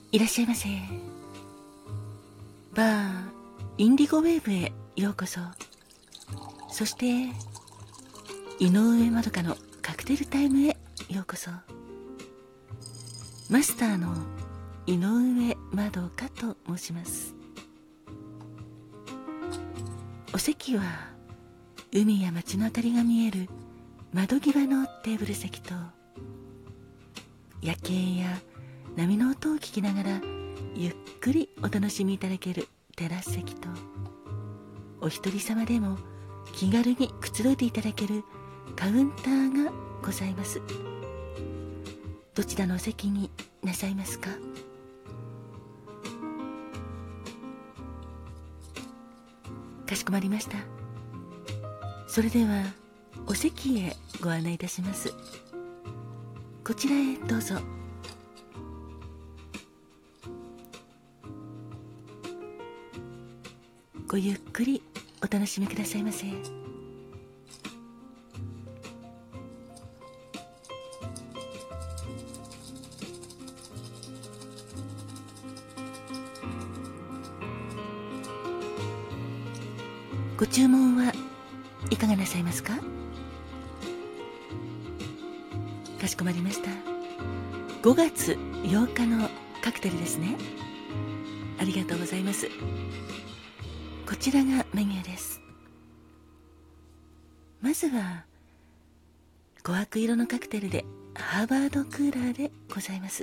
いらっしゃいませ。バーインディゴウェーブへようこそ。そして井上まどかのカクテルタイムへようこそ。マスターの井上まどかと申します。お席は海や街の明かりが見える窓際のテーブル席と、夜景や波の音を聞きながらゆっくりお楽しみいただけるテラス席と、お一人様でも気軽にくつろいでいただけるカウンターがございます。どちらのお席になさいますか？かしこまりました。それではお席へご案内いたします。こちらへどうぞ。ごゆっくりお楽しみくださいませ。ご注文はいかがなさいますか？かしこまりました。5月8日のカクテルですね。ありがとうございます。こちらがメニューです。まずは琥珀色のカクテルでハーバードクーラーでございます。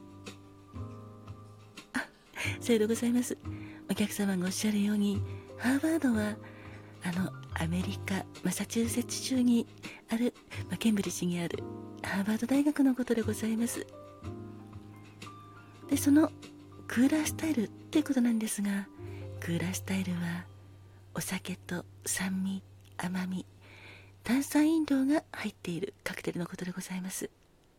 さようでございます。お客様がおっしゃるように、ハーバードはアメリカマサチューセッツ州にある、ケンブリッジにあるハーバード大学のことでございます。で、そのクーラースタイルっていうことなんですが、クーラースタイルはお酒と酸味、甘み、炭酸飲料が入っているカクテルのことでございます。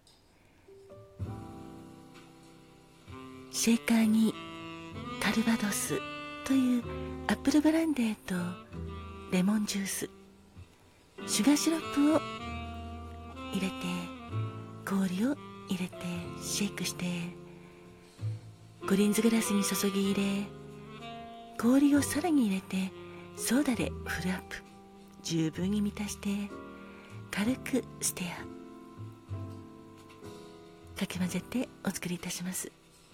シェーカーにカルバドスというアップルブランデーとレモンジュース、シュガーシロップを入れて、氷を入れてシェイクして、コリンズグラスに注ぎ入れ、氷をさらに入れてソーダでフルアップ、十分に満たして軽くステアかき混ぜてお作りいたします。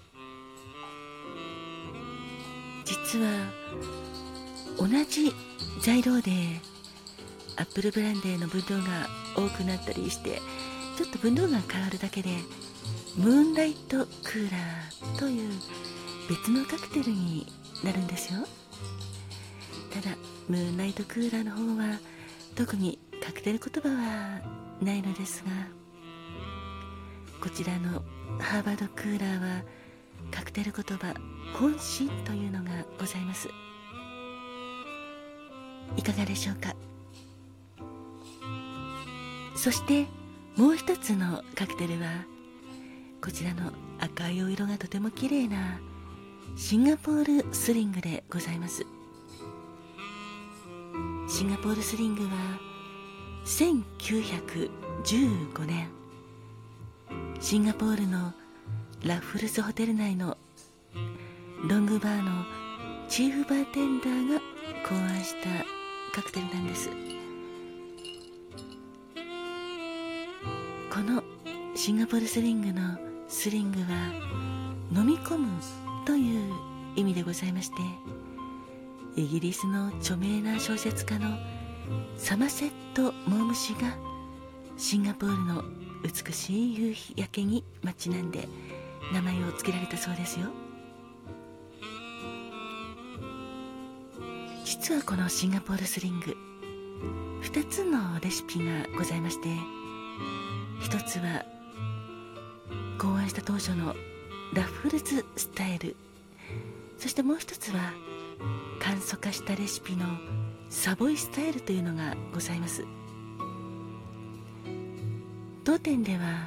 実は同じ材料でアップルブランデーの分量が多くなったりして、ちょっと分量が変わるだけでムーンライトクーラーという別のカクテルになるんですよ。ただムーンライトクーラーの方は特にカクテル言葉はないのですが、こちらのハーバードクーラーはカクテル言葉本心というのがございます。いかがでしょうか？そしてもう一つのカクテルは、こちらの赤いお色がとても綺麗なシンガポールスリングでございます。シンガポールスリングは1915年シンガポールのラフルズホテル内のロングバーのチーフバーテンダーが考案したカクテルなんです。このシンガポールスリングのスリングは飲み込むという意味でございまして、イギリスの著名な小説家のサマセット・モーム氏がシンガポールの美しい夕日焼けにちなんで名前を付けられたそうですよ。実はこのシンガポールスリング、2つのレシピがございまして、一つは考案した当初のラフルズスタイル、そしてもう一つは簡素化したレシピのサボイスタイルというのがございます。当店では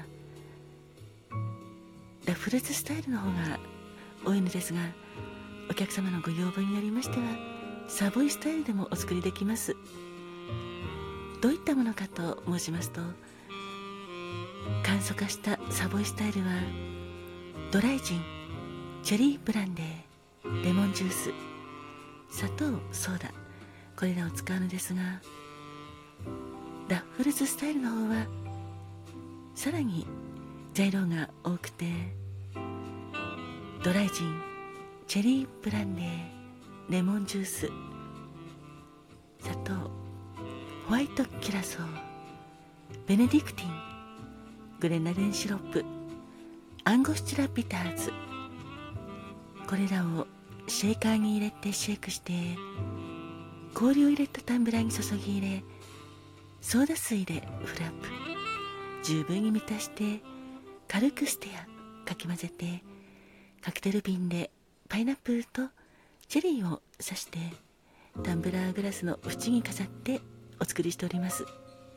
ラフルズスタイルの方が多いのですが、お客様のご要望によりましてはサボイスタイルでもお作りできます。どういったものかと申しますと、簡素化したサボイスタイルはドライジン、 チェリーブランデー、レモンジュース、砂糖、ソーダ、これらを使うのですが、ラッフルズスタイルの方はさらに材料が多くて、ドライジン、チェリーブランデー、レモンジュース、砂糖、ホワイトキュラソー、ベネディクティン、グレナデンシロップ、アンゴスチュラビターズ、これらをシェーカーに入れてシェイクして、氷を入れたタンブラーに注ぎ入れ、ソーダ水でフラップ、十分に満たして軽くステアかき混ぜて、カクテル瓶でパイナップルとチェリーを刺してタンブラーグラスの縁に飾ってお作りしております。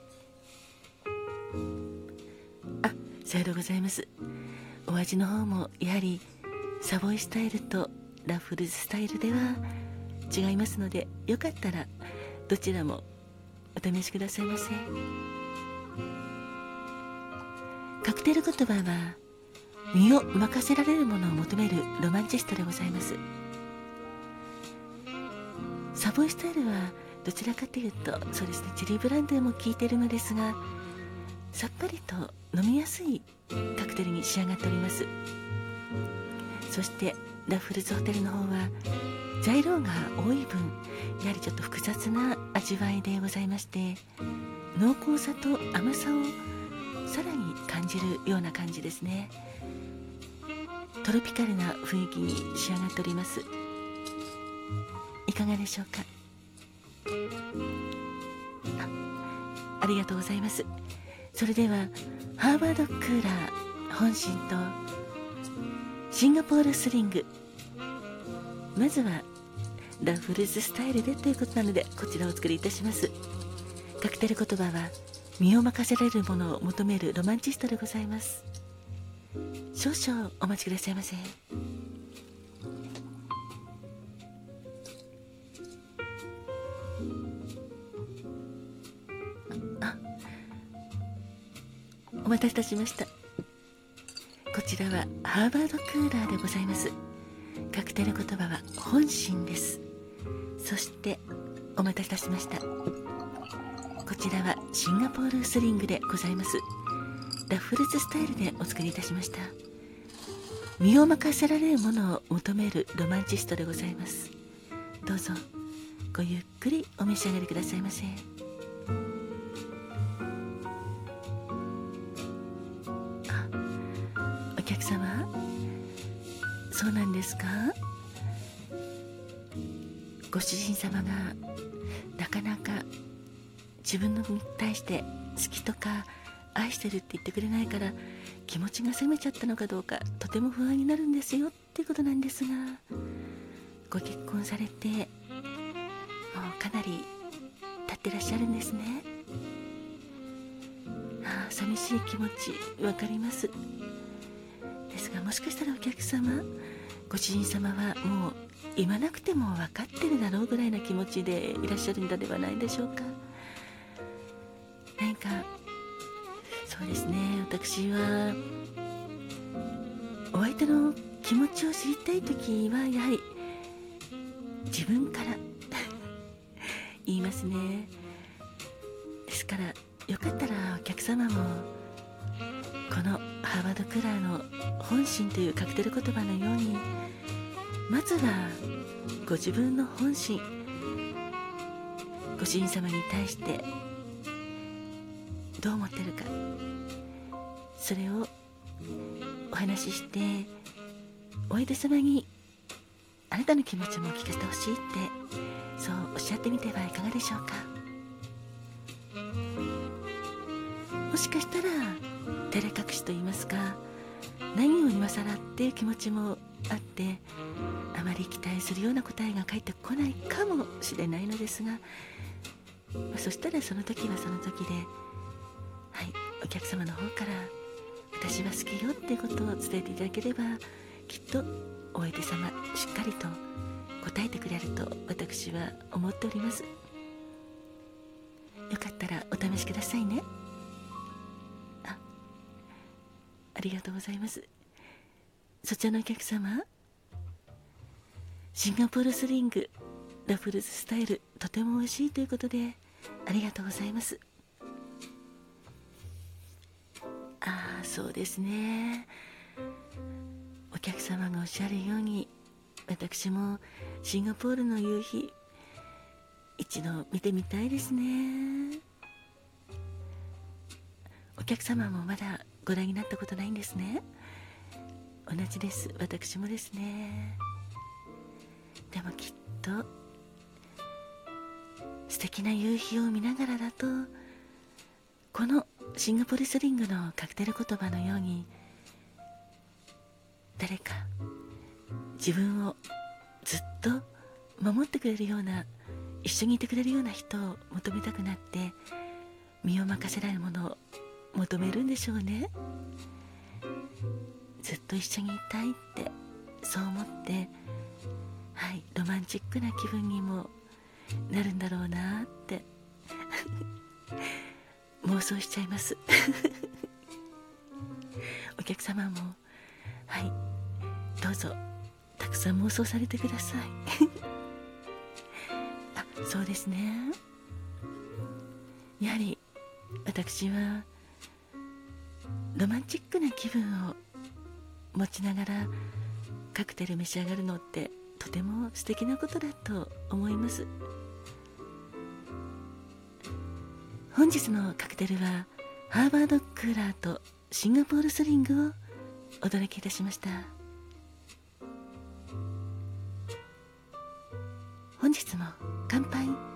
あ、さようでございます。お味の方もやはりサボイスタイルとラッフルズスタイルでは違いますので、よかったらどちらもお試しくださいませ。カクテル言葉は身を任せられるものを求めるロマンチストでございます。サボイスタイルはどちらかというと、そうですね、チェリーブランデーも効いているのですが、さっぱりと飲みやすいカクテルに仕上がっております。そしてラッフルズホテルの方は材料が多い分、やはりちょっと複雑な味わいでございまして、濃厚さと甘さをさらに感じるような感じですね。トロピカルな雰囲気に仕上がっております。いかがでしょうか。ありがとうございます。それではハーバードクーラー本心とシンガポールスリング、まずはラフルズスタイルでということなので、こちらをお作りいたします。カクテル言葉は身を任せられるものを求めるロマンチストでございます。少々お待ちくださいませ。お待たせいたしました。こちらはハーバードクーラーでございます。カクテル言葉は本心です。そしてお待たせいたしました。こちらはシンガポールスリングでございます。ラフルズスタイルでお作りいたしました。身を任せられるものを求めるロマンチストでございます。どうぞごゆっくりお召し上がりくださいませ。お客様、そうなんですか。ご主人様がなかなか自分のに対して好きとか愛してるって言ってくれないから、気持ちが冷めちゃったのかどうかとても不安になるんですよっていうことなんですが、ご結婚されてもうかなり経ってらっしゃるんですね。寂しい気持ちわかります。ですが、もしかしたらお客様、ご主人様はもう言わなくても分かってるだろうぐらいな気持ちでいらっしゃるんではないでしょうか。何かそうですね、私はお相手の気持ちを知りたいときはやはり自分から言いますね。ですから、よかったらお客様もこのハーバードクーラーの本心というカクテル言葉のように、まずはご自分の本心、ご主人様に対してどう思ってるか、それをお話しして、お相手様にあなたの気持ちも聞かせてほしいって、そうおっしゃってみてはいかがでしょうか。もしかしたら照れ隠しと言いますか、何を今更っていう気持ちもあって、あまり期待するような答えが返ってこないかもしれないのですが、そしたらその時はその時で、はい、お客様の方から私は好きよっていうことを伝えていただければ、きっとお相手様しっかりと答えてくれると私は思っております。よかったらお試しくださいね。ありがとうございます。そちらのお客様、 シンガポールスリングラフルズスタイルとても美味しいということでありがとうございます。そうですね、お客様がおっしゃるように私もシンガポールの夕日一度見てみたいですね。お客様もまだご覧になったことないんですね。同じです、私もですね。でもきっと素敵な夕日を見ながらだと、このシンガポールスリングのカクテル言葉のように、誰か自分をずっと守ってくれるような、一緒にいてくれるような人を求めたくなって身を任せられるものを求めるんでしょうね。ずっと一緒にいたいってそう思って、ロマンチックな気分にもなるんだろうなって妄想しちゃいますお客様もどうぞたくさん妄想されてくださいそうですね、やはり私はロマンチックな気分を持ちながらカクテル召し上がるのってとても素敵なことだと思います。本日のカクテルはハーバードクーラーとシンガポールスリングをお届けいたしました。本日も乾杯。